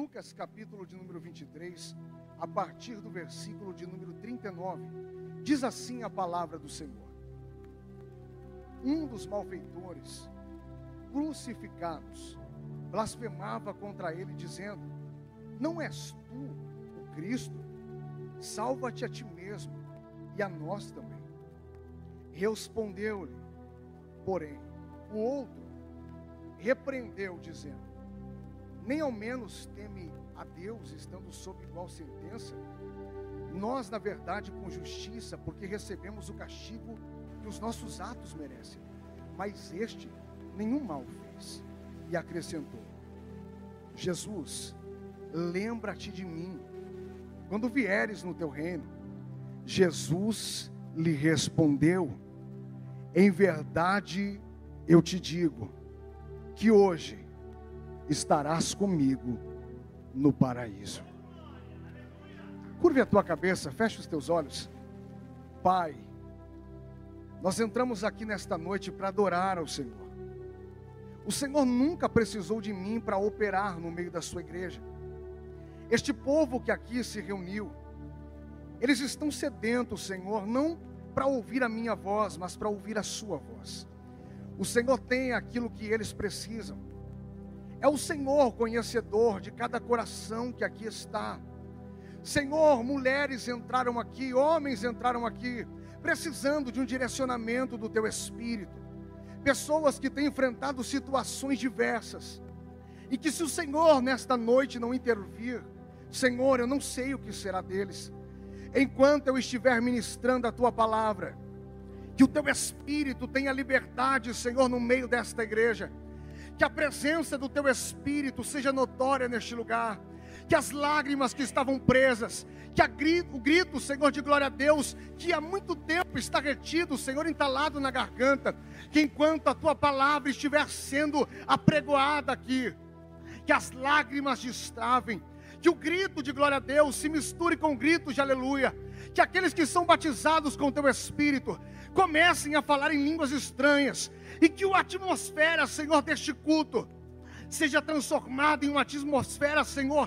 Lucas capítulo de número 23, a partir do versículo de número 39, diz assim a palavra do Senhor: um dos malfeitores crucificados blasfemava contra ele, dizendo: não és tu o Cristo? Salva-te a ti mesmo e a nós também. Respondeu-lhe, porém, o outro repreendeu, dizendo: nem ao menos teme a Deus, estando sob igual sentença? Nós, na verdade, com justiça, porque recebemos o castigo que os nossos atos merecem. Mas este nenhum mal fez. E acrescentou: Jesus, lembra-te de mim quando vieres no teu reino. Jesus lhe respondeu: em verdade eu te digo, que hoje estarás comigo no paraíso. Curve a tua cabeça, feche os teus olhos. Pai, nós entramos aqui nesta noite para adorar ao Senhor. O Senhor nunca precisou de mim para operar no meio da sua igreja. Este povo que aqui se reuniu, eles estão sedentos, Senhor, não para ouvir a minha voz, mas para ouvir a sua voz. O Senhor tem aquilo que eles precisam. É o Senhor conhecedor de cada coração que aqui está. Senhor, mulheres entraram aqui, homens entraram aqui, precisando de um direcionamento do Teu Espírito. Pessoas que têm enfrentado situações diversas. E que se o Senhor nesta noite não intervir, Senhor, eu não sei o que será deles. Enquanto eu estiver ministrando a Tua palavra, que o Teu Espírito tenha liberdade, Senhor, no meio desta igreja. Que a presença do Teu Espírito seja notória neste lugar. Que as lágrimas que estavam presas, o grito, Senhor, de glória a Deus, que há muito tempo está retido, Senhor, entalado na garganta, que enquanto a Tua palavra estiver sendo apregoada aqui, que as lágrimas destravem, que o grito de glória a Deus se misture com o grito de aleluia, que aqueles que são batizados com o Teu Espírito comecem a falar em línguas estranhas, e que a atmosfera, Senhor, deste culto seja transformada em uma atmosfera, Senhor,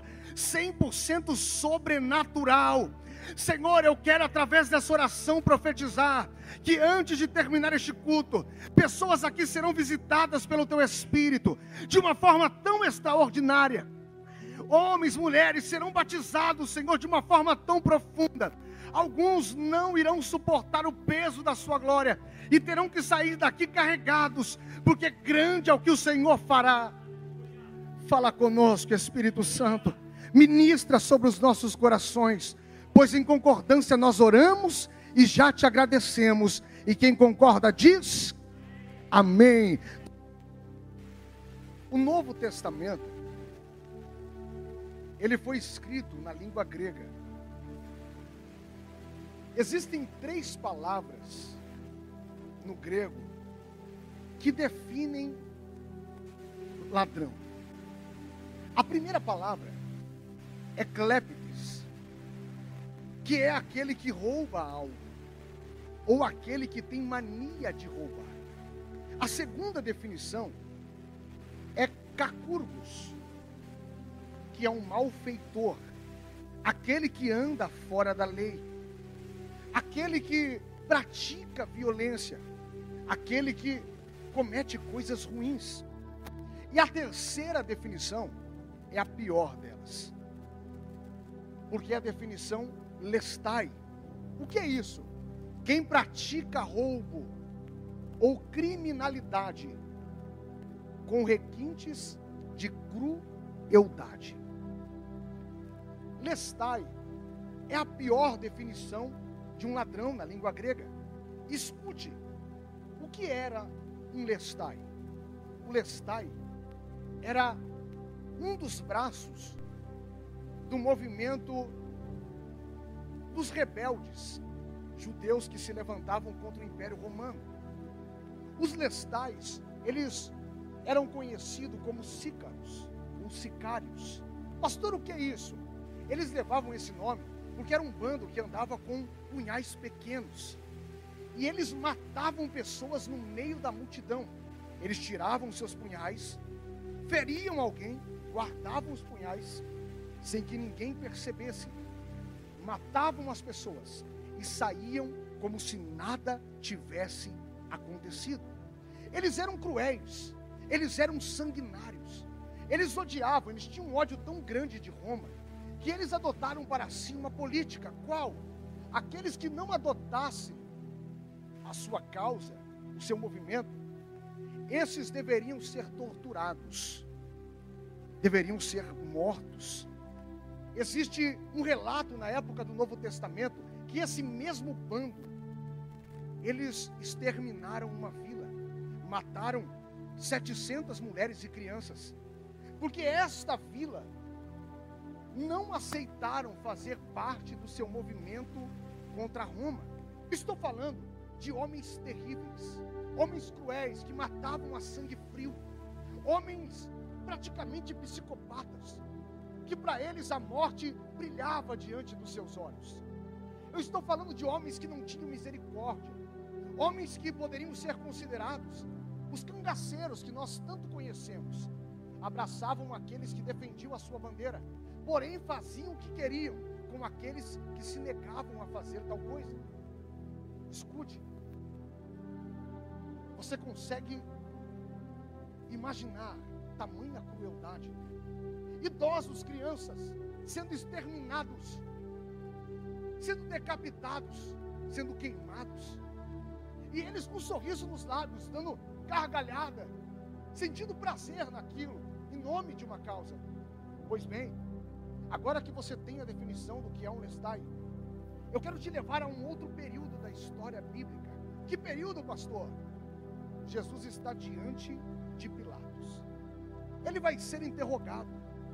100% sobrenatural. Senhor, eu quero através dessa oração profetizar que antes de terminar este culto, pessoas aqui serão visitadas pelo Teu Espírito de uma forma tão extraordinária. Homens, mulheres serão batizados, Senhor, de uma forma tão profunda. Alguns não irão suportar o peso da sua glória e terão que sair daqui carregados, porque grande é o que o Senhor fará. Fala conosco, Espírito Santo, ministra sobre os nossos corações, pois em concordância nós oramos e já te agradecemos, e quem concorda diz amém. O Novo Testamento, ele foi escrito na língua grega. Existem 3 palavras no grego que definem ladrão. A primeira palavra é kleptes, que é aquele que rouba algo, ou aquele que tem mania de roubar. A segunda definição é kakouros, que é um malfeitor, aquele que anda fora da lei, aquele que pratica violência, aquele que comete coisas ruins. E a terceira definição é a pior delas, porque é a definição lestai. O que é isso? Quem pratica roubo ou criminalidade com requintes de crueldade. Lestai é a pior definição de um ladrão na língua grega. Escute, o que era um lestai? O lestai era um dos braços do movimento dos rebeldes judeus que se levantavam contra o Império Romano. Os lestais, eles eram conhecidos como sícaros, ou sicários. Pastor, o que é isso? Eles levavam esse nome porque era um bando que andava com punhais pequenos, e eles matavam pessoas no meio da multidão. Eles tiravam seus punhais, feriam alguém, guardavam os punhais sem que ninguém percebesse, matavam as pessoas e saíam como se nada tivesse acontecido. Eles eram cruéis, eles eram sanguinários, eles odiavam, eles tinham um ódio tão grande de Roma, que eles adotaram para si uma política. Qual? Aqueles que não adotassem a sua causa, o seu movimento, esses deveriam ser torturados, deveriam ser mortos. Existe um relato na época do Novo Testamento, que esse mesmo bando, eles exterminaram uma vila, mataram 700 mulheres e crianças, porque esta vila não aceitaram fazer parte do seu movimento contra Roma. Estou falando de homens terríveis, homens cruéis que matavam a sangue frio, homens praticamente psicopatas, que para eles a morte brilhava diante dos seus olhos. Eu estou falando de homens que não tinham misericórdia, homens que poderiam ser considerados os cangaceiros que nós tanto conhecemos. Abraçavam aqueles que defendiam a sua bandeira, porém faziam o que queriam com aqueles que se negavam a fazer tal coisa. Escute, você consegue imaginar tamanha crueldade? Idosos, crianças sendo exterminados, sendo decapitados, sendo queimados, e eles com um sorriso nos lábios, dando gargalhada, sentindo prazer naquilo, em nome de uma causa. Pois bem, agora que você tem a definição do que é um lestai, eu quero te levar a um outro período da história bíblica. Que período, pastor? Jesus está diante de Pilatos. Ele vai ser interrogado.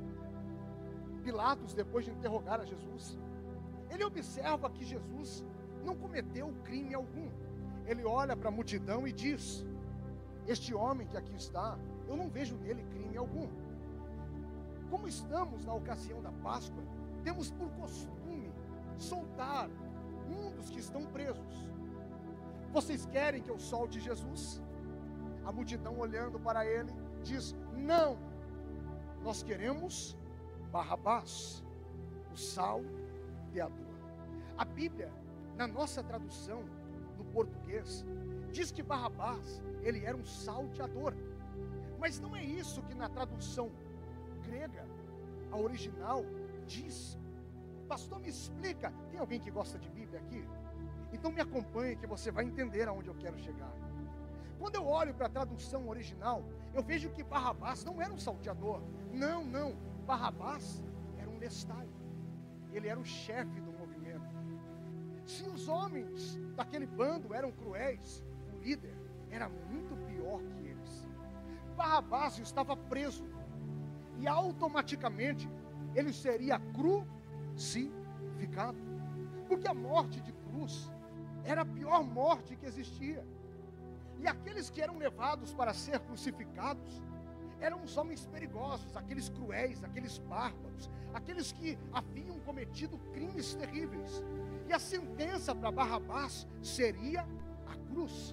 Pilatos, depois de interrogar a Jesus, ele observa que Jesus não cometeu crime algum. Ele olha para a multidão e diz: este homem que aqui está, eu não vejo nele crime algum. Como estamos na ocasião da Páscoa, temos por costume soltar um dos que estão presos. Vocês querem que eu solte Jesus? A multidão, olhando para ele, diz: não, nós queremos Barrabás, o salteador. A Bíblia, na nossa tradução no português, diz que Barrabás, ele era um salteador. Mas não é isso que na tradução grega, a original, diz. Pastor, me explica. Tem alguém que gosta de Bíblia aqui? Então me acompanhe que você vai entender aonde eu quero chegar. Quando eu olho para a tradução original, eu vejo que Barrabás não era um salteador. Não, não. Barrabás era um lestai. Ele era o chefe do movimento. Se os homens daquele bando eram cruéis, o líder era muito pior que eles. Barrabás estava preso e automaticamente ele seria crucificado, porque a morte de cruz era a pior morte que existia. E aqueles que eram levados para ser crucificados eram os homens perigosos, aqueles cruéis, aqueles bárbaros, aqueles que haviam cometido crimes terríveis. E a sentença para Barrabás seria a cruz.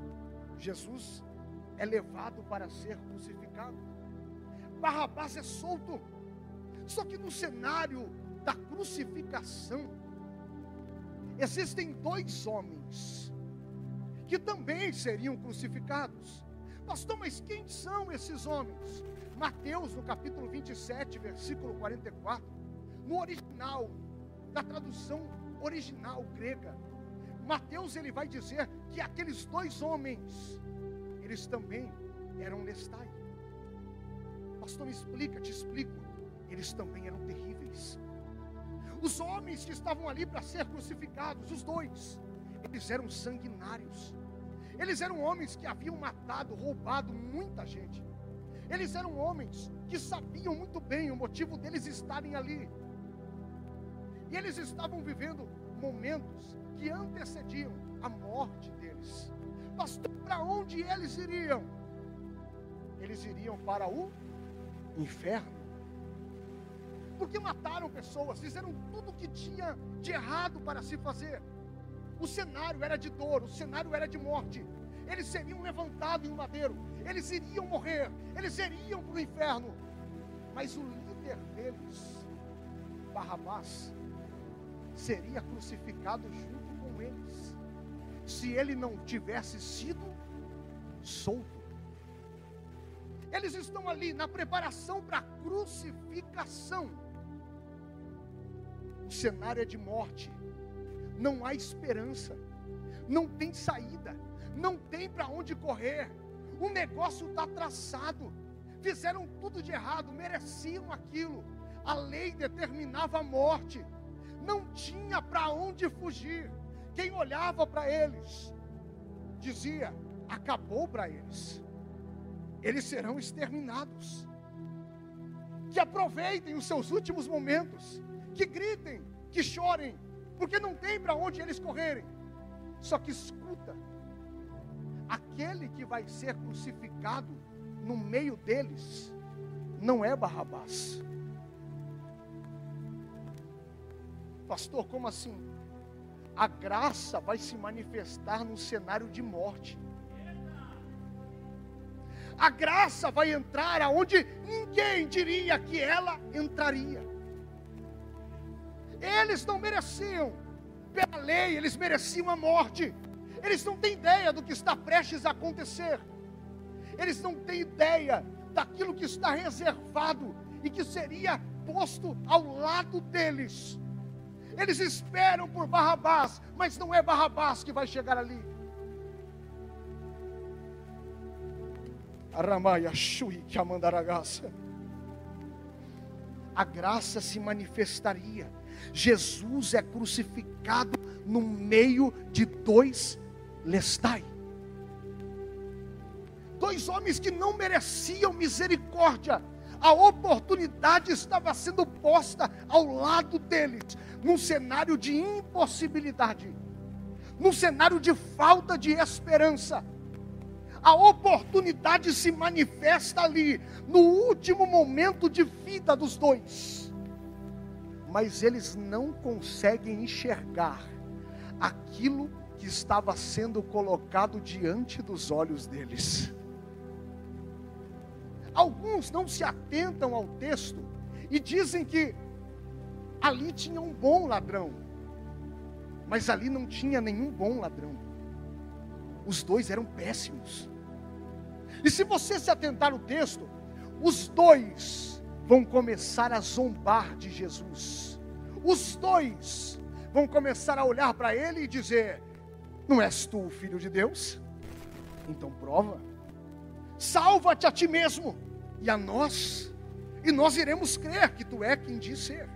Jesus é levado para ser crucificado. Barrabás é solto. Só que no cenário da crucificação, existem dois homens que também seriam crucificados. Pastor, mas quem são esses homens? Mateus, no capítulo 27, versículo 44, no original, na tradução original grega, Mateus ele vai dizer que aqueles dois homens, eles também eram lestai. Pastor, me explica, te explico. Eles também eram terríveis. Os homens que estavam ali para ser crucificados, os dois, eles eram sanguinários. Eles eram homens que haviam matado, roubado muita gente. Eles eram homens que sabiam muito bem o motivo deles estarem ali. E eles estavam vivendo momentos que antecediam a morte deles. Pastor, para onde eles iriam? Eles iriam para o inferno. Porque mataram pessoas, fizeram tudo o que tinha de errado para se fazer. O cenário era de dor, o cenário era de morte. Eles seriam levantados em um madeiro, eles iriam morrer, eles iriam para o inferno. Mas o líder deles, Barrabás seria crucificado junto com eles, se ele não tivesse sido solto. Eles estão ali na preparação para a crucificação. O cenário é de morte, não há esperança, não tem saída, não tem para onde correr. O negócio está traçado, fizeram tudo de errado, mereciam aquilo. A lei determinava a morte, não tinha para onde fugir. Quem olhava para eles dizia: acabou para eles, eles serão exterminados. Que aproveitem os seus últimos momentos, que gritem, que chorem, porque não tem para onde eles correrem. Só que escuta, aquele que vai ser crucificado no meio deles não é Barrabás. Pastor, como assim? A graça vai se manifestar num cenário de morte. A graça vai entrar aonde ninguém diria que ela entraria. Eles não mereciam, pela lei, eles mereciam a morte. Eles não têm ideia do que está prestes a acontecer. Eles não têm ideia daquilo que está reservado e que seria posto ao lado deles. Eles esperam por Barrabás, mas não é Barrabás que vai chegar ali. A graça se manifestaria. Jesus é crucificado no meio de dois lestai, dois homens que não mereciam misericórdia. A oportunidade estava sendo posta ao lado deles, num cenário de impossibilidade, num cenário de falta de esperança. A oportunidade se manifesta ali, no último momento de vida dos dois, mas eles não conseguem enxergar aquilo que estava sendo colocado diante dos olhos deles. Alguns não se atentam ao texto e dizem que ali tinha um bom ladrão, mas ali não tinha nenhum bom ladrão. Os dois eram péssimos. E se você se atentar no texto, os dois vão começar a zombar de Jesus. Os dois vão começar a olhar para ele e dizer: não és tu o Filho de Deus? Então prova. Salva-te a ti mesmo e a nós, e nós iremos crer que tu é quem diz ser.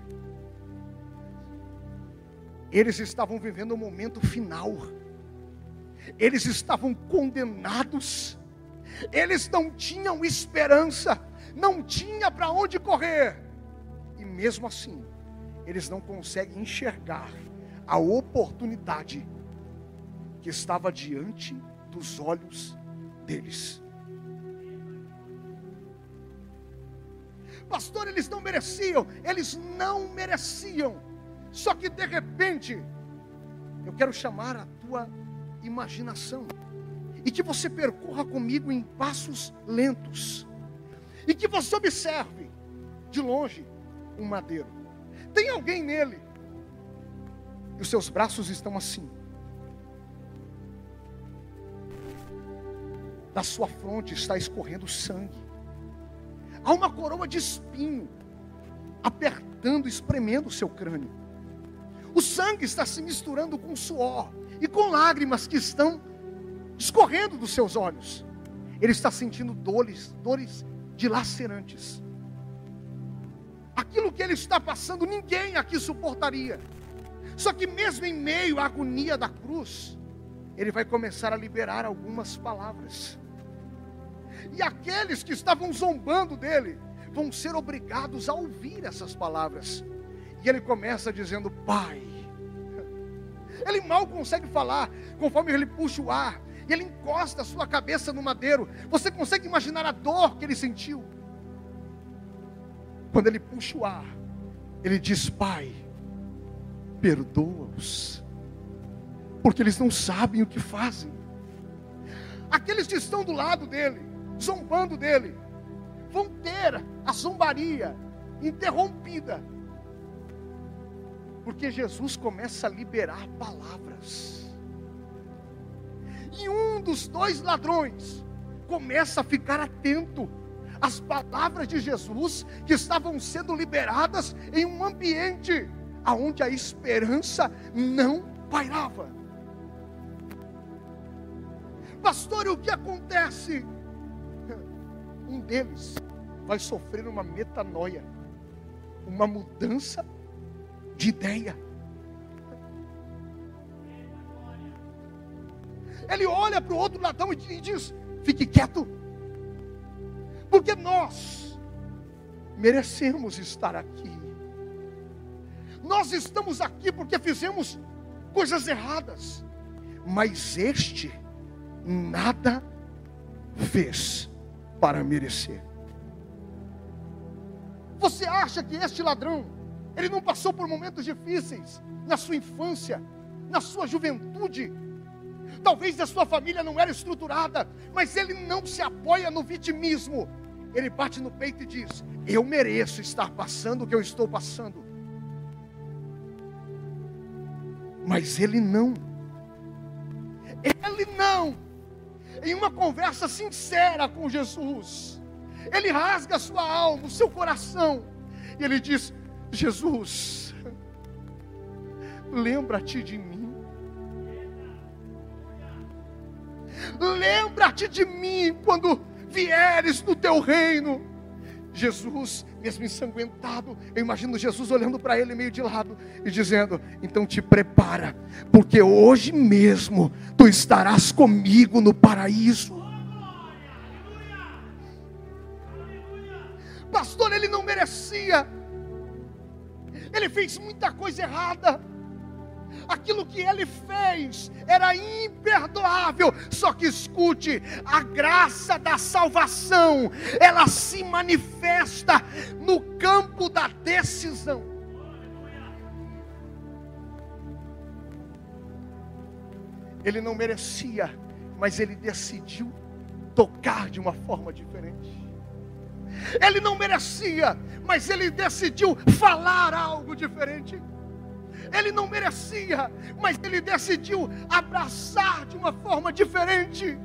Eles estavam vivendo o momento final. Eles estavam condenados. Eles não tinham esperança, não tinha para onde correr. E mesmo assim, eles não conseguem enxergar a oportunidade que estava diante dos olhos deles. Pastor, eles não mereciam. Eles não mereciam. Só que de repente, eu quero chamar a tua imaginação, e que você percorra comigo em passos lentos, e que você observe de longe um madeiro. Tem alguém nele, e os seus braços estão assim. Da sua fronte está escorrendo sangue. Há uma coroa de espinho apertando, espremendo o seu crânio. O sangue está se misturando com suor e com lágrimas que estão escorrendo dos seus olhos. Ele está sentindo dores dilacerantes. Aquilo que ele está passando, ninguém aqui suportaria. Só que mesmo em meio à agonia da cruz, ele vai começar a liberar algumas palavras. E aqueles que estavam zombando dele vão ser obrigados a ouvir essas palavras. E ele começa dizendo: Pai. Ele mal consegue falar, conforme ele puxa o ar, e ele encosta a sua cabeça no madeiro. Você consegue imaginar a dor que ele sentiu? Quando ele puxa o ar, ele diz: Pai, perdoa-os, porque eles não sabem o que fazem. Aqueles que estão do lado dele, zombando dele, vão ter a zombaria interrompida. Porque Jesus começa a liberar palavras. E um dos dois ladrões começa a ficar atento às palavras de Jesus, que estavam sendo liberadas em um ambiente onde a esperança não pairava. Pastor, o que acontece? Um deles vai sofrer uma metanoia, uma mudança de ideia. Ele olha para o outro ladrão e diz: fique quieto, porque nós merecemos estar aqui. Nós estamos aqui porque fizemos coisas erradas, mas este nada fez para merecer. Você acha que este ladrão, ele não passou por momentos difíceis na sua infância, na sua juventude? Talvez a sua família não era estruturada, mas ele não se apoia no vitimismo. Ele bate no peito e diz: eu mereço estar passando o que eu estou passando. Mas ele não. Em uma conversa sincera com Jesus, ele rasga a sua alma, o seu coração, e ele diz: Jesus, lembra-te de mim. Lembra-te de mim quando vieres no teu reino. Jesus, mesmo ensanguentado, eu imagino Jesus olhando para ele meio de lado e dizendo: então te prepara, porque hoje mesmo tu estarás comigo no paraíso. Pastor, ele não merecia, ele fez muita coisa errada, aquilo que ele fez era imperdoável. Só que escute, a graça da salvação, ela se manifesta no campo da decisão. Ele não merecia, mas ele decidiu tocar de uma forma diferente. Ele não merecia, mas ele decidiu falar algo diferente. Ele não merecia, mas ele decidiu abraçar de uma forma diferente.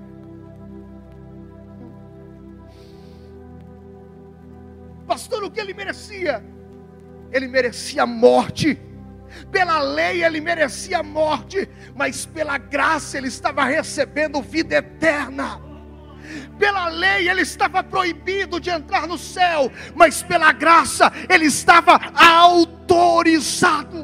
Pastor, o que ele merecia? Ele merecia a morte. Pela lei ele merecia a morte, mas pela graça ele estava recebendo vida eterna. Pela lei ele estava proibido de entrar no céu, mas pela graça ele estava autorizado.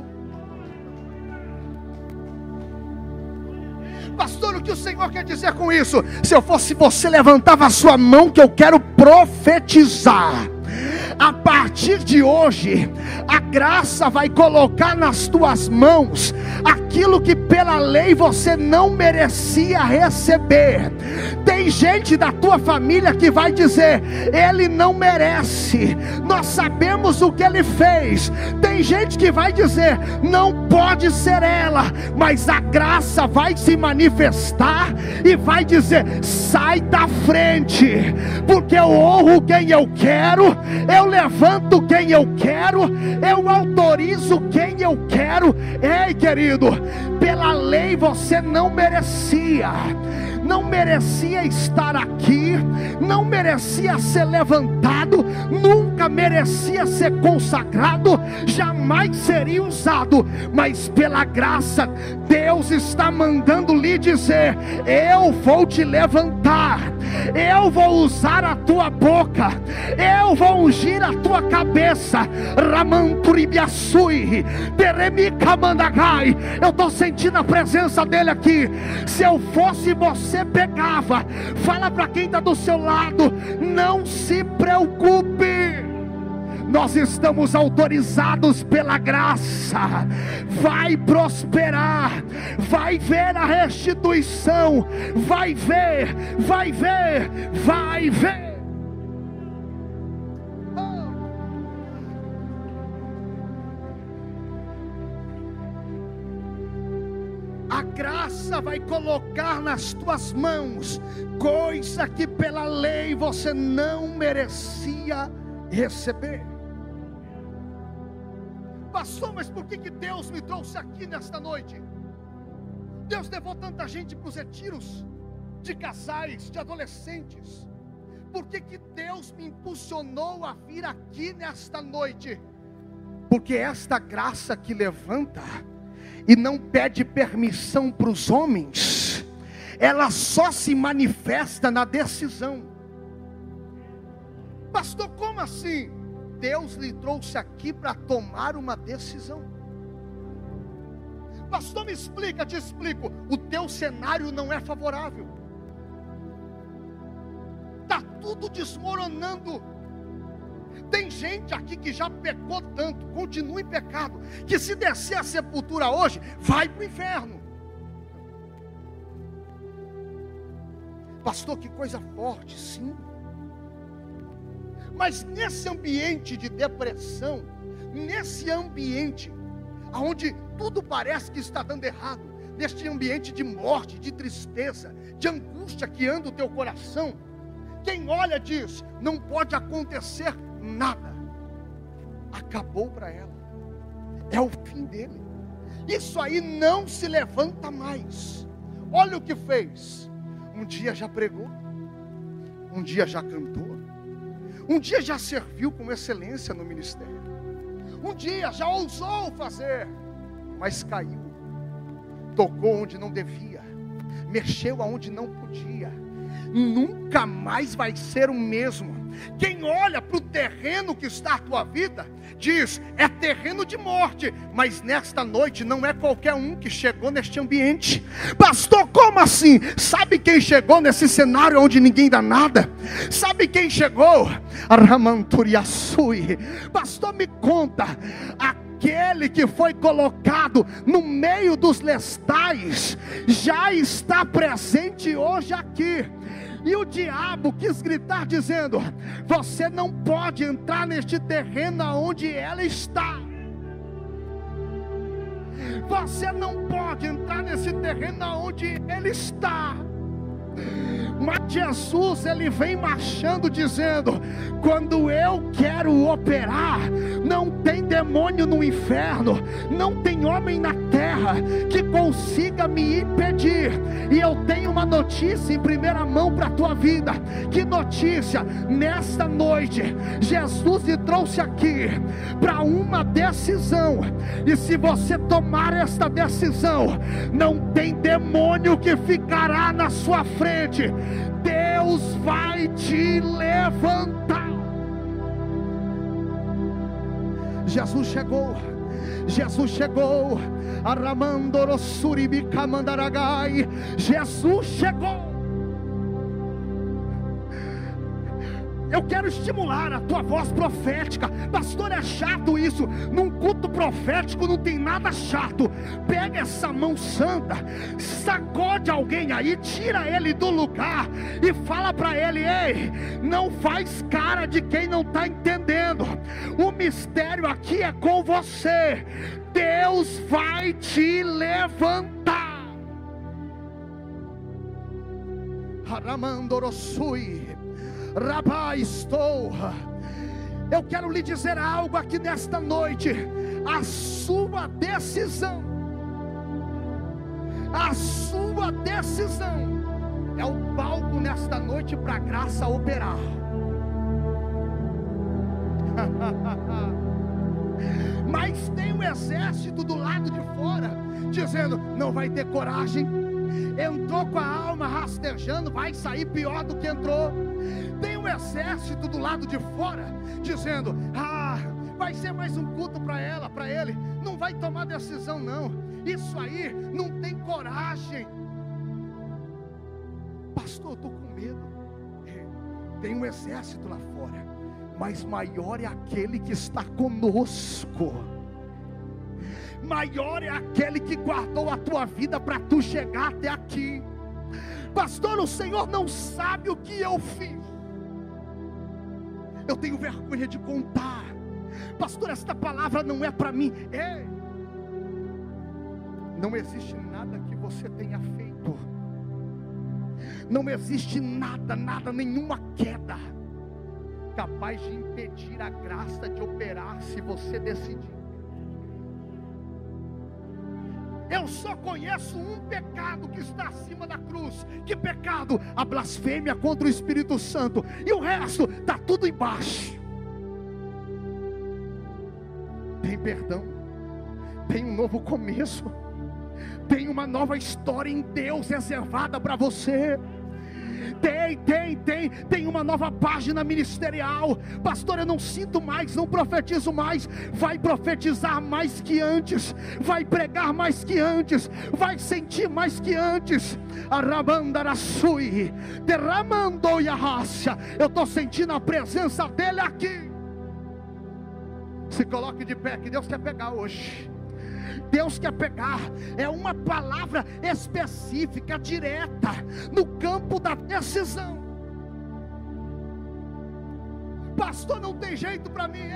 Pastor, o que o Senhor quer dizer com isso? Se eu fosse você, levantava a sua mão, que eu quero profetizar. A partir de hoje, a graça vai colocar nas tuas mãos aquilo que pela lei você não merecia receber. Tem gente da tua família que vai dizer: ele não merece, nós sabemos o que ele fez. Tem gente que vai dizer: não pode ser ela, mas a graça vai se manifestar e vai dizer: sai da frente, porque eu honro quem eu quero, eu levanto quem eu quero, eu autorizo quem eu quero. Ei, querido, pela lei você não merecia, não merecia estar aqui, não merecia ser levantado, nunca merecia ser consagrado, jamais seria usado, mas pela graça, Deus está mandando lhe dizer: eu vou te levantar, eu vou usar a tua boca, eu vou ungir a tua cabeça. Ramanturibiaçui, Teremicamandagai. Eu estou sentindo a presença dele aqui. Se eu fosse você, pegava. Fala para quem está do seu lado: não se preocupe, nós estamos autorizados pela graça. Vai prosperar, vai ver a restituição, vai ver, vai ver, vai ver. A graça vai colocar nas tuas mãos coisa que pela lei você não merecia receber. Pastor, mas por que Deus me trouxe aqui nesta noite? Deus levou tanta gente para os retiros de casais, de adolescentes. Por que Deus me impulsionou a vir aqui nesta noite? Porque esta graça que levanta e não pede permissão para os homens, ela só se manifesta na decisão. Pastor, como assim? Deus lhe trouxe aqui para tomar uma decisão. Pastor, me explica, te explico. O teu cenário não é favorável. Está tudo desmoronando. Tem gente aqui que já pecou tanto, continua em pecado, que se descer a sepultura hoje, vai para o inferno. Pastor, que coisa forte, sim. Mas nesse ambiente de depressão, nesse ambiente onde tudo parece que está dando errado, neste ambiente de morte, de tristeza, de angústia que anda o teu coração, quem olha diz, não pode acontecer nada. Acabou para ela, é o fim dele. Isso aí não se levanta mais. Olha o que fez. Um dia já pregou, um dia já cantou, um dia já serviu com excelência no ministério, um dia já ousou fazer, mas caiu, tocou onde não devia, mexeu aonde não podia, nunca mais vai ser o mesmo. Quem olha para o terreno que está a tua vida, diz, é terreno de morte. Mas nesta noite não é qualquer um que chegou neste ambiente. Pastor, como assim? Sabe quem chegou nesse cenário onde ninguém dá nada? Sabe quem chegou? Ramanturiaçui. Pastor, me conta. Aquele que foi colocado no meio dos lestais já está presente hoje aqui. E o diabo quis gritar dizendo, você não pode entrar neste terreno onde ela está. Você não pode entrar nesse terreno onde ele está. Mas Jesus, ele vem marchando dizendo, quando eu quero operar, não tem demônio no inferno, não tem homem na terra que consiga me impedir. E eu tenho uma notícia em primeira mão para a tua vida. Que notícia? Nesta noite, Jesus te trouxe aqui para uma decisão, e se você tomar esta decisão, não tem demônio que ficará na sua frente. Deus vai te levantar. Jesus chegou. Jesus chegou. Jesus chegou. Eu quero estimular a tua voz profética. Pastor, é chato isso. Num culto profético não tem nada chato. Pega essa mão santa, sacode alguém aí, tira ele do lugar e fala para ele, ei, não faz cara de quem não está entendendo. O mistério aqui é com você. Deus vai te levantar. Haramandorosui. Rabai, estou. Eu quero lhe dizer algo aqui nesta noite. A sua decisão, a sua decisão é o palco nesta noite para a graça operar. Mas tem um exército do lado de fora dizendo, não vai ter coragem. Entrou com a alma rastejando, vai sair pior do que entrou. Tem um exército do lado de fora dizendo, vai ser mais um culto para ela, para ele, não vai tomar decisão não, isso aí não tem coragem. Pastor, eu estou com medo. Tem um exército lá fora, mas maior é aquele que está conosco. Maior é aquele que guardou a tua vida para tu chegar até aqui. Pastor, o Senhor não sabe o que eu fiz. Eu tenho vergonha de contar. Pastor, esta palavra não é para mim. Não existe nada que você tenha feito. Não existe nada, nenhuma queda capaz de impedir a graça de operar se você decidir. Eu só conheço um pecado que está acima da cruz. Que pecado? A blasfêmia contra o Espírito Santo. E o resto está tudo embaixo. Tem perdão, tem um novo começo, tem uma nova história em Deus reservada para você. Tem uma nova página ministerial. Pastor, eu não sinto mais, não profetizo mais. Vai profetizar mais que antes, vai pregar mais que antes, vai sentir mais que antes. Eu estou sentindo a presença dele aqui. Se coloque de pé, que Deus quer pegar hoje. Deus quer pegar, é uma palavra específica, direta, no campo da decisão. Pastor, não tem jeito para mim,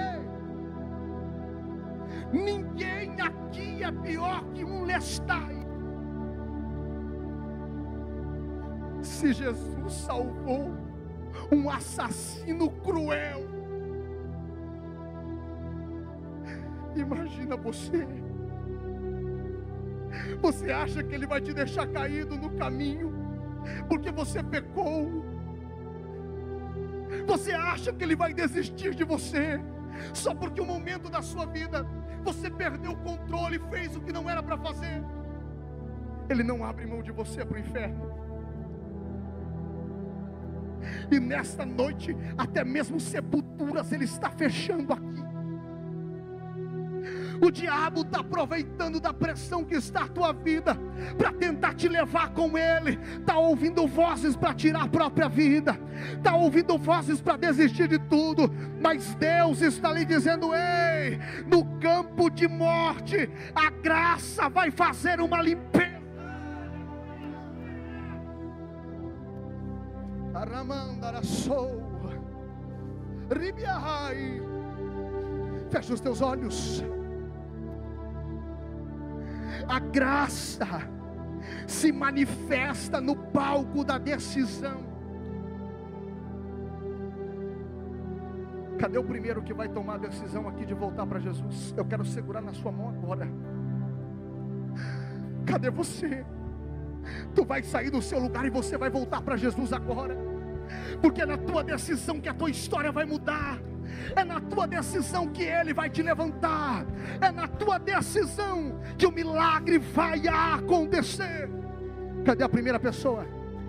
ninguém aqui é pior que um Lestai. Se Jesus salvou um assassino cruel, imagina você. Você acha que Ele vai te deixar caído no caminho porque você pecou? Você acha que Ele vai desistir de você só porque um momento da sua vida você perdeu o controle e fez o que não era para fazer? Ele não abre mão de você para o inferno. E nesta noite, até mesmo sepulturas Ele está fechando aqui. O diabo está aproveitando da pressão que está a tua vida para tentar te levar com ele. Está ouvindo vozes para tirar a própria vida, está ouvindo vozes para desistir de tudo. Mas Deus está lhe dizendo: ei, no campo de morte, a graça vai fazer uma limpeza. Fecha os teus olhos. A graça se manifesta no palco da decisão. Cadê o primeiro que vai tomar a decisão aqui de voltar para Jesus? Eu quero segurar na sua mão agora. Cadê você? Tu vai sair do seu lugar e você vai voltar para Jesus agora. Porque é na tua decisão que a tua história vai mudar. É na tua decisão que Ele vai te levantar. É na tua decisão que o milagre vai acontecer. Cadê a primeira pessoa?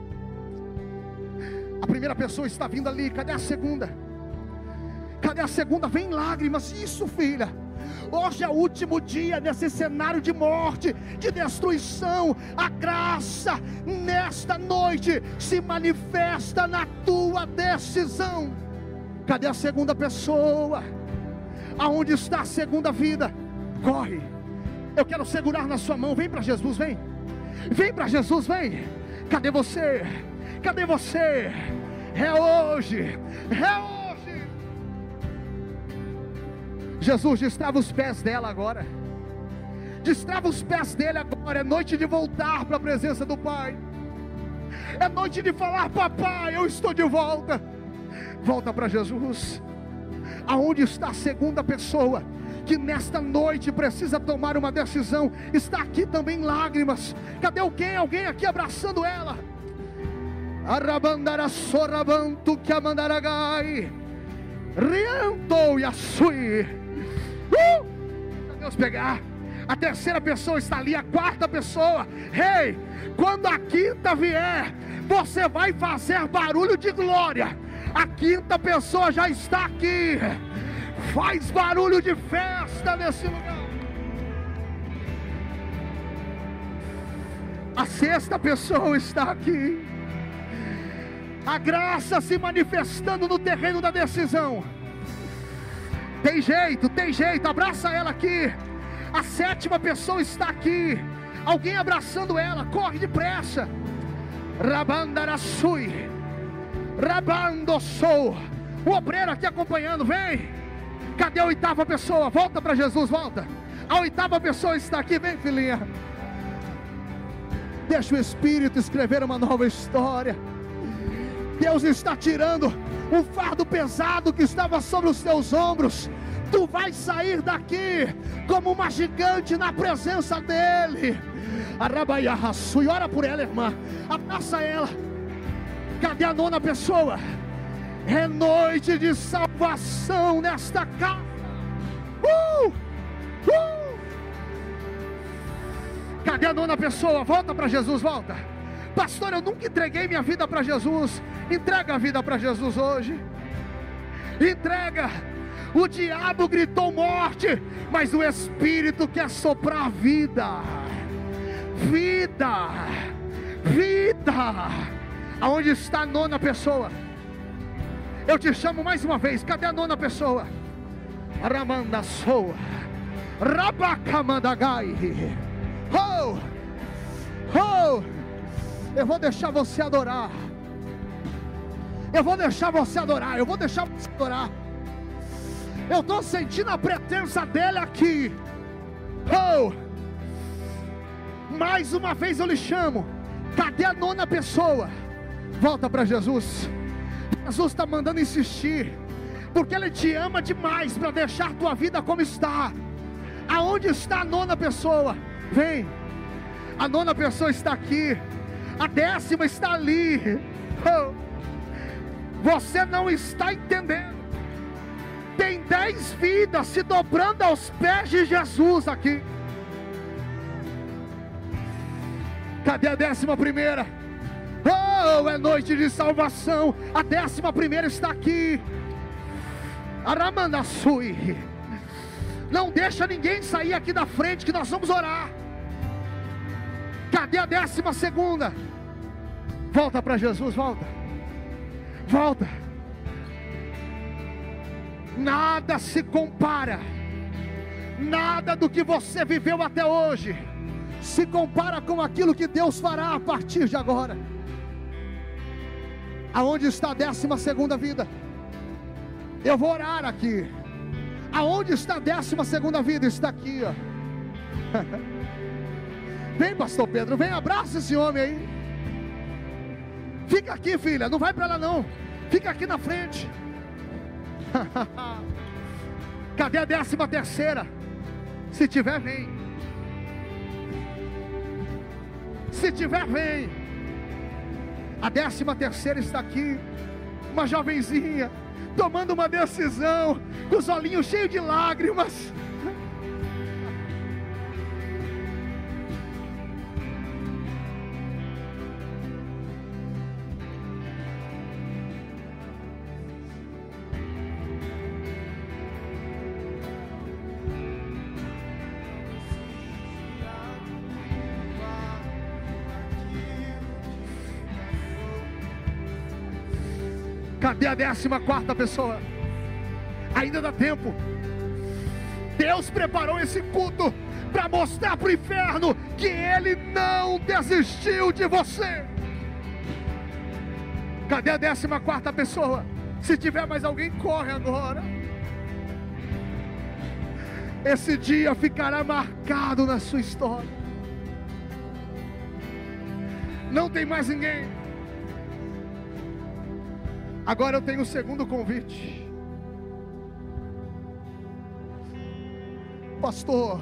A primeira pessoa está vindo ali. Cadê a segunda? Cadê a segunda? Vem lágrimas. Isso, filha. Hoje é o último dia nesse cenário de morte, de destruição. A graça nesta noite se manifesta na tua decisão. Cadê a segunda pessoa? Aonde está a segunda vida? Corre. Eu quero segurar na sua mão. Vem para Jesus, vem. Vem para Jesus, vem. Cadê você? Cadê você? É hoje. É hoje. Jesus, destrava os pés dela agora. Destrava os pés dele agora. É noite de voltar para a presença do Pai. É noite de falar: papai, eu estou de volta. Volta para Jesus. Aonde está a segunda pessoa que nesta noite precisa tomar uma decisão? Está aqui também lágrimas. Cadê alguém? Alguém aqui abraçando ela. Arabandara sorabantu que amandaragai rianto yasui. Deus pegar. A terceira pessoa está ali. A quarta pessoa. Ei, quando a quinta vier, você vai fazer barulho de glória. A quinta pessoa já está aqui. Faz barulho de festa nesse lugar. A sexta pessoa está aqui. A graça se manifestando no terreno da decisão. Tem jeito, abraça ela aqui. A sétima pessoa está aqui. Alguém abraçando ela, corre depressa. Rabandarassui. Rabando sou. O obreiro aqui acompanhando, vem. Cadê a oitava pessoa? Volta para Jesus, volta. A oitava pessoa está aqui, vem, filhinha. Deixa o Espírito escrever uma nova história. Deus está tirando um fardo pesado que estava sobre os teus ombros. Tu vai sair daqui como uma gigante na presença dEle. E ora por ela, irmã. Abraça ela. Cadê a nona pessoa? É noite de salvação nesta casa. Cadê a nona pessoa? Volta para Jesus, volta. Pastor, eu nunca entreguei minha vida para Jesus. Entrega a vida para Jesus hoje. Entrega. O diabo gritou morte, mas o Espírito quer soprar vida. Vida. Vida. Aonde está a nona pessoa? Eu te chamo mais uma vez. Cadê a nona pessoa? Ramanda soa. Rabacamandagai. Oh! Oh! Eu vou deixar você adorar. Eu vou deixar você adorar. Eu vou deixar você adorar. Eu estou sentindo a presença dele aqui. Oh! Mais uma vez eu lhe chamo. Cadê a nona pessoa? Volta para Jesus. Jesus está mandando insistir, porque Ele te ama demais para deixar tua vida como está. Aonde está a nona pessoa? Vem. A nona pessoa está aqui. A 10ª está ali. Oh. Você não está entendendo. Tem 10 vidas se dobrando aos pés de Jesus aqui. Cadê a 11ª? Oh, é noite de salvação. A 11ª está aqui. Aramandasui. Não deixa ninguém sair aqui da frente, que nós vamos orar. Cadê a 12ª? Volta para Jesus, volta. Volta. Nada se compara. Nada do que você viveu até hoje se compara com aquilo que Deus fará a partir de agora. Aonde está a 12ª vida? Eu vou orar aqui. Aonde está a 12ª vida? Está aqui, ó. Vem, pastor Pedro, vem, abraça esse homem aí. Fica aqui, filha, não vai para lá não. Fica aqui na frente. Cadê a 13ª? Se tiver, vem. Se tiver, vem. A 13ª está aqui. Uma jovenzinha tomando uma decisão, com os olhinhos cheios de lágrimas. Cadê a 14ª pessoa? Ainda dá tempo. Deus preparou esse culto para mostrar para o inferno que Ele não desistiu de você. Cadê a 14ª pessoa? Se tiver mais alguém, corre agora. Esse dia ficará marcado na sua história. Não tem mais ninguém. Agora eu tenho o segundo convite. Pastor,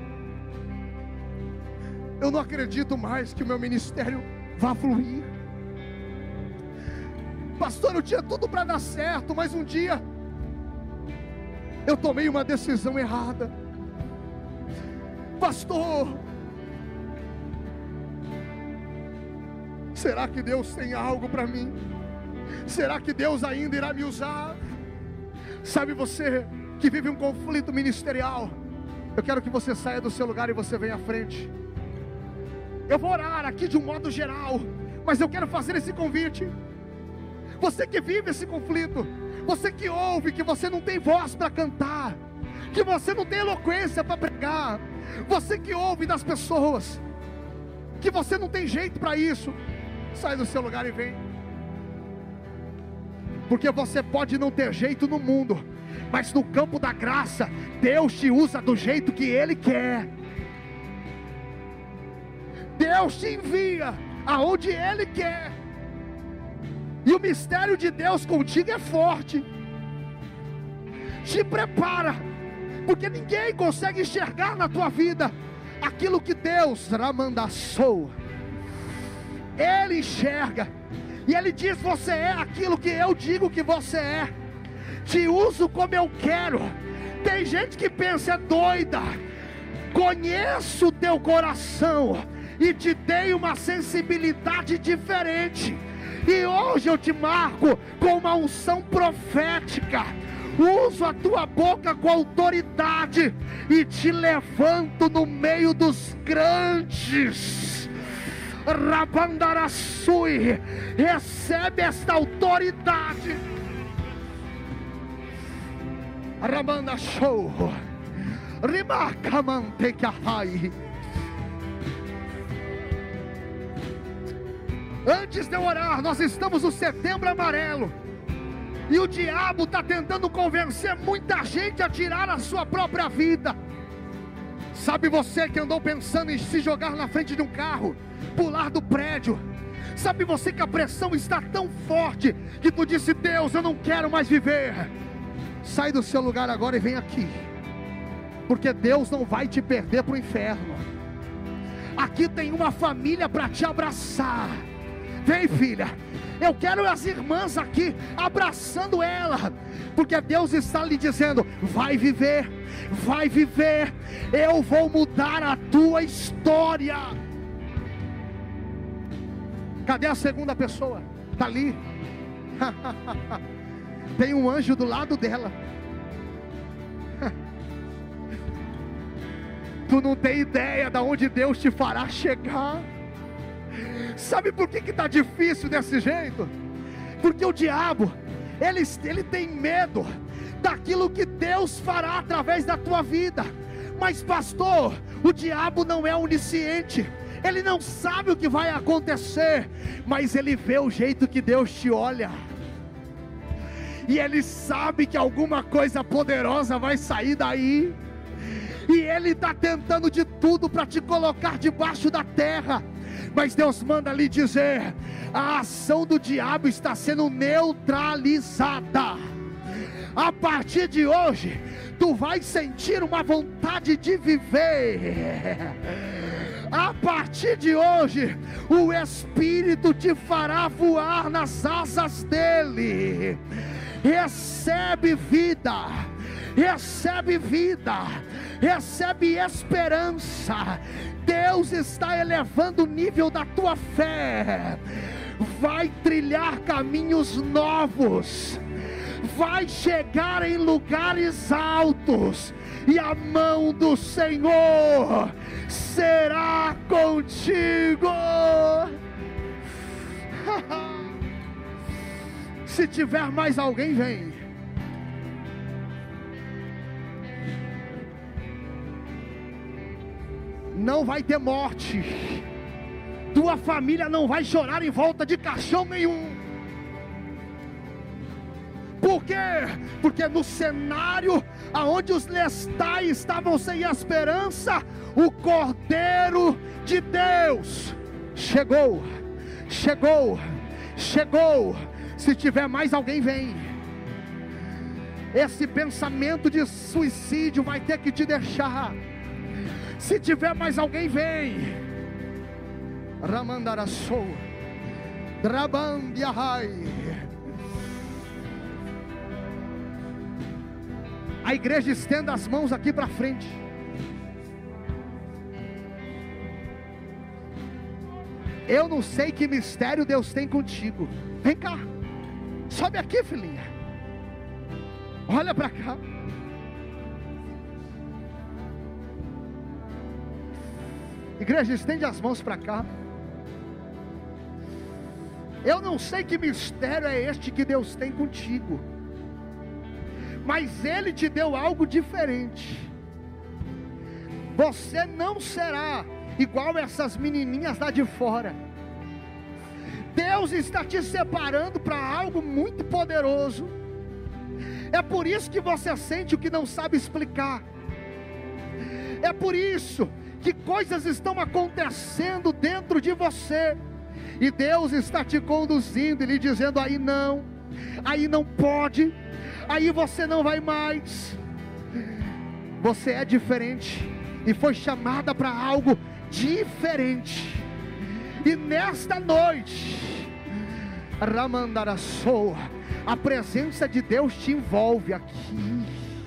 eu não acredito mais que o meu ministério vá fluir. Pastor, eu tinha tudo para dar certo, mas um dia eu tomei uma decisão errada. Pastor, será que Deus tem algo para mim? Será que Deus ainda irá me usar? Sabe, você que vive um conflito ministerial, eu quero que você saia do seu lugar e você venha à frente. Eu vou orar aqui de um modo geral, mas eu quero fazer esse convite. Você que vive esse conflito, você que ouve que você não tem voz para cantar, que você não tem eloquência para pregar, você que ouve das pessoas que você não tem jeito para isso, sai do seu lugar e vem. Porque você pode não ter jeito no mundo, mas no campo da graça, Deus te usa do jeito que Ele quer. Deus te envia aonde Ele quer. E o mistério de Deus contigo é forte. Te prepara porque ninguém consegue enxergar na tua vida aquilo que Deus ramandaçou. Ele enxerga, e Ele diz: você é aquilo que eu digo que você é, te uso como eu quero. Tem gente que pensa: é doida. Conheço o teu coração e te dei uma sensibilidade diferente, e hoje eu te marco com uma unção profética. Uso a tua boca com autoridade e te levanto no meio dos grandes. Rabandaraçui, recebe esta autoridade. Rabanda show, rimaca mantecaai. Antes de eu orar, nós estamos no Setembro Amarelo, e o diabo está tentando convencer muita gente a tirar a sua própria vida. Sabe você que andou pensando em se jogar na frente de um carro, pular do prédio? Sabe você que a pressão está tão forte que tu disse: Deus, eu não quero mais viver. Sai do seu lugar agora e vem aqui, porque Deus não vai te perder para o inferno. Aqui tem uma família para te abraçar. Vem, filha, eu quero as irmãs aqui abraçando ela, porque Deus está lhe dizendo: vai viver, vai viver, eu vou mudar a tua história. Cadê a segunda pessoa? Está ali. Tem um anjo do lado dela. Tu não tem ideia de onde Deus te fará chegar. Sabe por que está difícil desse jeito? Porque o diabo, ele tem medo daquilo que Deus fará através da tua vida. Mas pastor, o diabo não é onisciente, ele não sabe o que vai acontecer, mas ele vê o jeito que Deus te olha, e ele sabe que alguma coisa poderosa vai sair daí, e ele está tentando de tudo para te colocar debaixo da terra. Mas Deus manda lhe dizer: a ação do diabo está sendo neutralizada. A partir de hoje, tu vai sentir uma vontade de viver. A partir de hoje, o Espírito te fará voar nas asas dele. Recebe vida, recebe vida, recebe esperança. Deus está elevando o nível da tua fé. Vai trilhar caminhos novos, vai chegar em lugares altos, e a mão do Senhor será contigo. Se tiver mais alguém, vem. Não vai ter morte, tua família não vai chorar em volta de caixão nenhum. Por quê? Porque no cenário aonde os lestais estavam sem esperança, o Cordeiro de Deus chegou, chegou, chegou. Se tiver mais alguém, vem. Esse pensamento de suicídio vai ter que te deixar. Se tiver mais alguém, vem. Ramandaraçou, Drabandiahai. A igreja estenda as mãos aqui para frente. Eu não sei que mistério Deus tem contigo. Vem cá, sobe aqui, filhinha. Olha para cá. Igreja, estende as mãos para cá. Eu não sei que mistério é este que Deus tem contigo, mas Ele te deu algo diferente. Você não será igual essas menininhas lá de fora. Deus está te separando para algo muito poderoso. É por isso que você sente o que não sabe explicar. É por isso que coisas estão acontecendo dentro de você, e Deus está te conduzindo e lhe dizendo: aí não pode, aí você não vai mais. Você é diferente e foi chamada para algo diferente. E nesta noite, Ramandaraçoa, a presença de Deus te envolve aqui.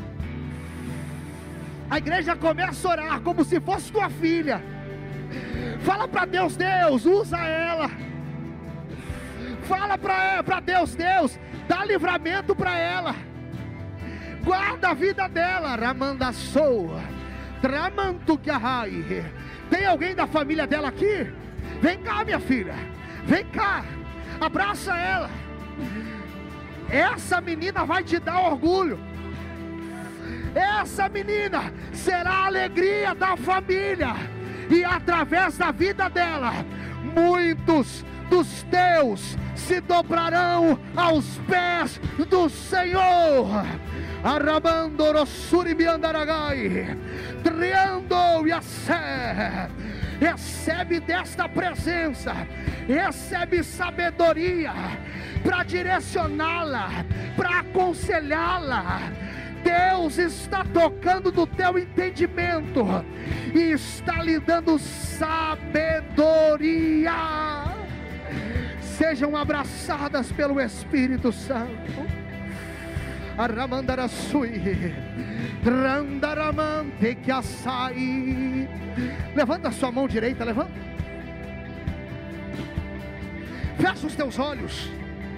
A igreja começa a orar como se fosse tua filha. Fala para Deus: Deus, usa ela. Fala para Deus: Deus, dá livramento para ela. Guarda a vida dela. Ramandaçoa, Tramantucahai. Tem alguém da família dela aqui? Vem cá, minha filha. Vem cá. Abraça ela. Essa menina vai te dar orgulho. Essa menina será a alegria da família. E através da vida dela, muitos dos teus se dobrarão aos pés do Senhor. Arabandorossuribiandaragai, triando e assé. Recebe desta presença, recebe sabedoria para direcioná-la, para aconselhá-la. Deus está tocando no teu entendimento e está lhe dando sabedoria. Sejam abraçadas pelo Espírito Santo. Aramandaraçui, Randaramante que açai. Levanta a sua mão direita, levanta. Fecha os teus olhos.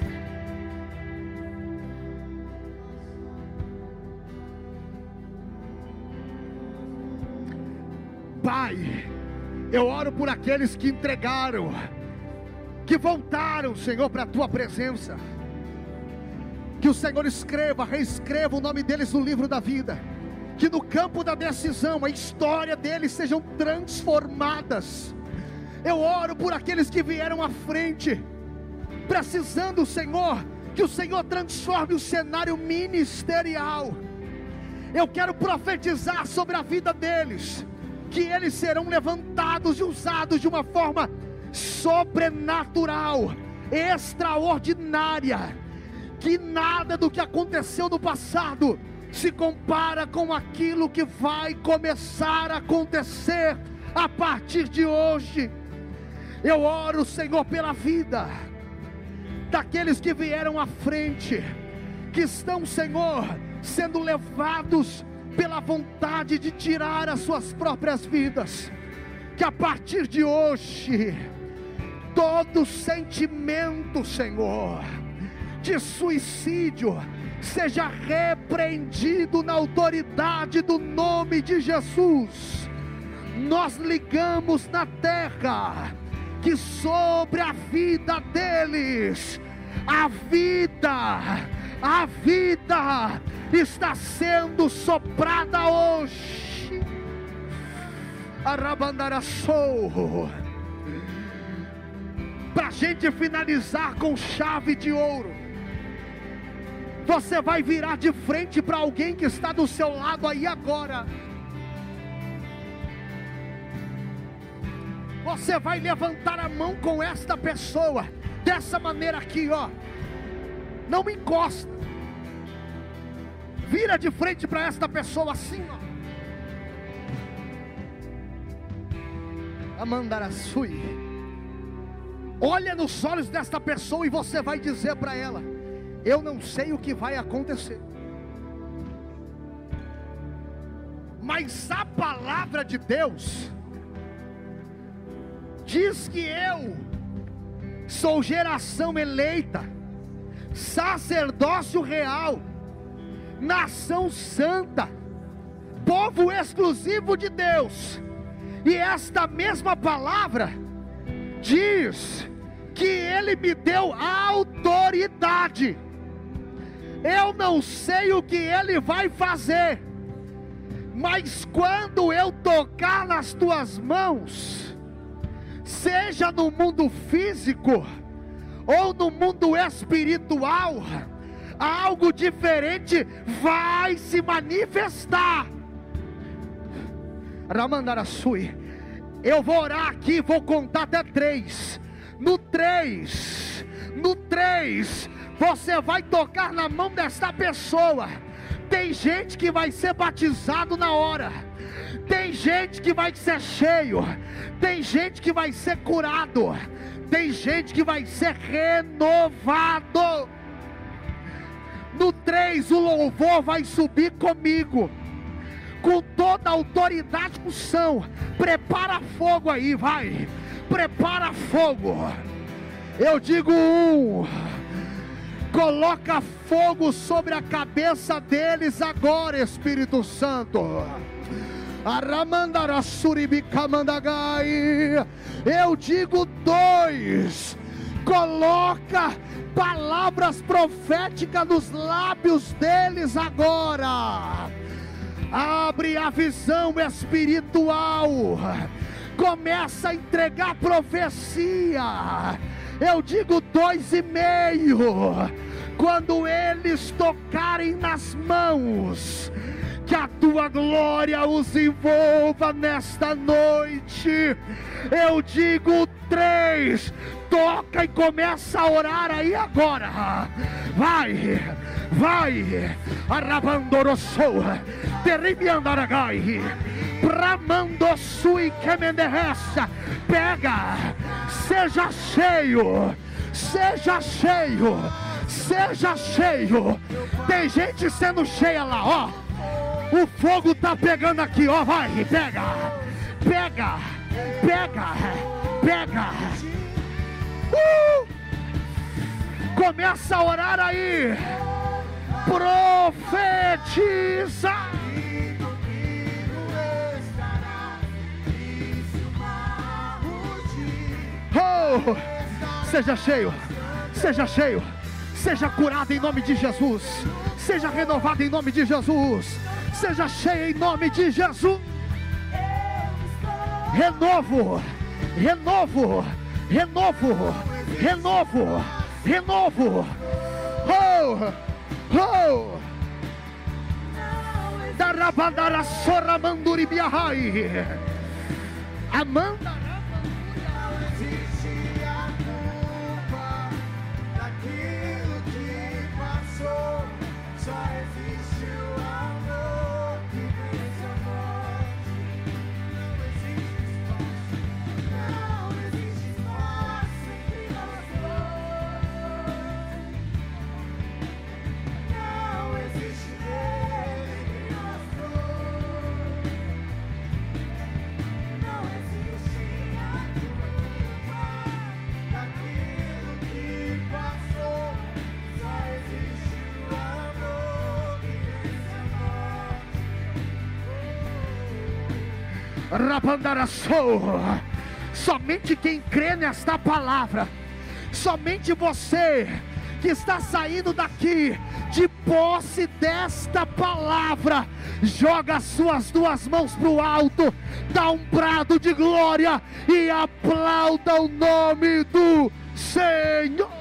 Pai, eu oro por aqueles que entregaram, que voltaram, Senhor, para a tua presença. Que o Senhor escreva, reescreva o nome deles no livro da vida. Que no campo da decisão a história deles sejam transformadas. Eu oro por aqueles que vieram à frente, precisando, Senhor, que o Senhor transforme o cenário ministerial. Eu quero profetizar sobre a vida deles, que eles serão levantados e usados de uma forma sobrenatural, extraordinária. Que nada do que aconteceu no passado se compara com aquilo que vai começar a acontecer a partir de hoje. Eu oro, Senhor, pela vida daqueles que vieram à frente, que estão, Senhor, sendo levados pela vontade de tirar as suas próprias vidas. Que a partir de hoje, todo sentimento, Senhor, de suicídio seja repreendido na autoridade do nome de Jesus. Nós ligamos na terra que sobre a vida deles, a vida está sendo soprada hoje. Arabandaraçou. Para a gente finalizar com chave de ouro, você vai virar de frente para alguém que está do seu lado aí agora. Você vai levantar a mão com esta pessoa, dessa maneira aqui, ó. Não me encosta. Vira de frente para esta pessoa assim, ó. Amandaraçui. Olha nos olhos desta pessoa e você vai dizer para ela: eu não sei o que vai acontecer, mas a palavra de Deus diz que eu sou geração eleita, sacerdócio real, nação santa, povo exclusivo de Deus. E esta mesma palavra diz que Ele me deu autoridade. Eu não sei o que Ele vai fazer, mas quando eu tocar nas tuas mãos, seja no mundo físico ou no mundo espiritual, algo diferente vai se manifestar. Ramandaraçui. Eu vou orar aqui, vou contar até 3. No 3, você vai tocar na mão desta pessoa. Tem gente que vai ser batizado na hora. Tem gente que vai ser cheio. Tem gente que vai ser curado. Tem gente que vai ser renovado. No 3 o louvor vai subir comigo, com toda a autoridade e unção. Prepara fogo aí, vai. Prepara fogo. Eu digo 1. Coloca fogo sobre a cabeça deles agora, Espírito Santo. Eu digo 2. Coloca palavras proféticas nos lábios deles agora. Abre a visão espiritual. Começa a entregar profecia. Eu digo 2,5. Quando eles tocarem nas mãos, que a tua glória os envolva nesta noite. Eu digo 3. Toca e começa a orar aí agora. Vai, vai. Arabandorossou, terribiandaragai, pramandosui kemenderessa. Pega, seja cheio, seja cheio, seja cheio. Tem gente sendo cheia lá, ó. O fogo tá pegando aqui, ó. Vai, pega, pega, pega, pega. Começa a orar aí. Profetiza. Oh, seja cheio, seja cheio, seja curado em nome de Jesus, seja renovado em nome de Jesus, seja cheio em nome de Jesus. Renovo, renovo, renovo, renovo, renovo. Oh, oh. Darabandara soramanduri biahai. Amanda. Somente quem crê nesta palavra, somente você que está saindo daqui de posse desta palavra, joga as suas 2 mãos para o alto, dá um brado de glória e aplauda o nome do Senhor.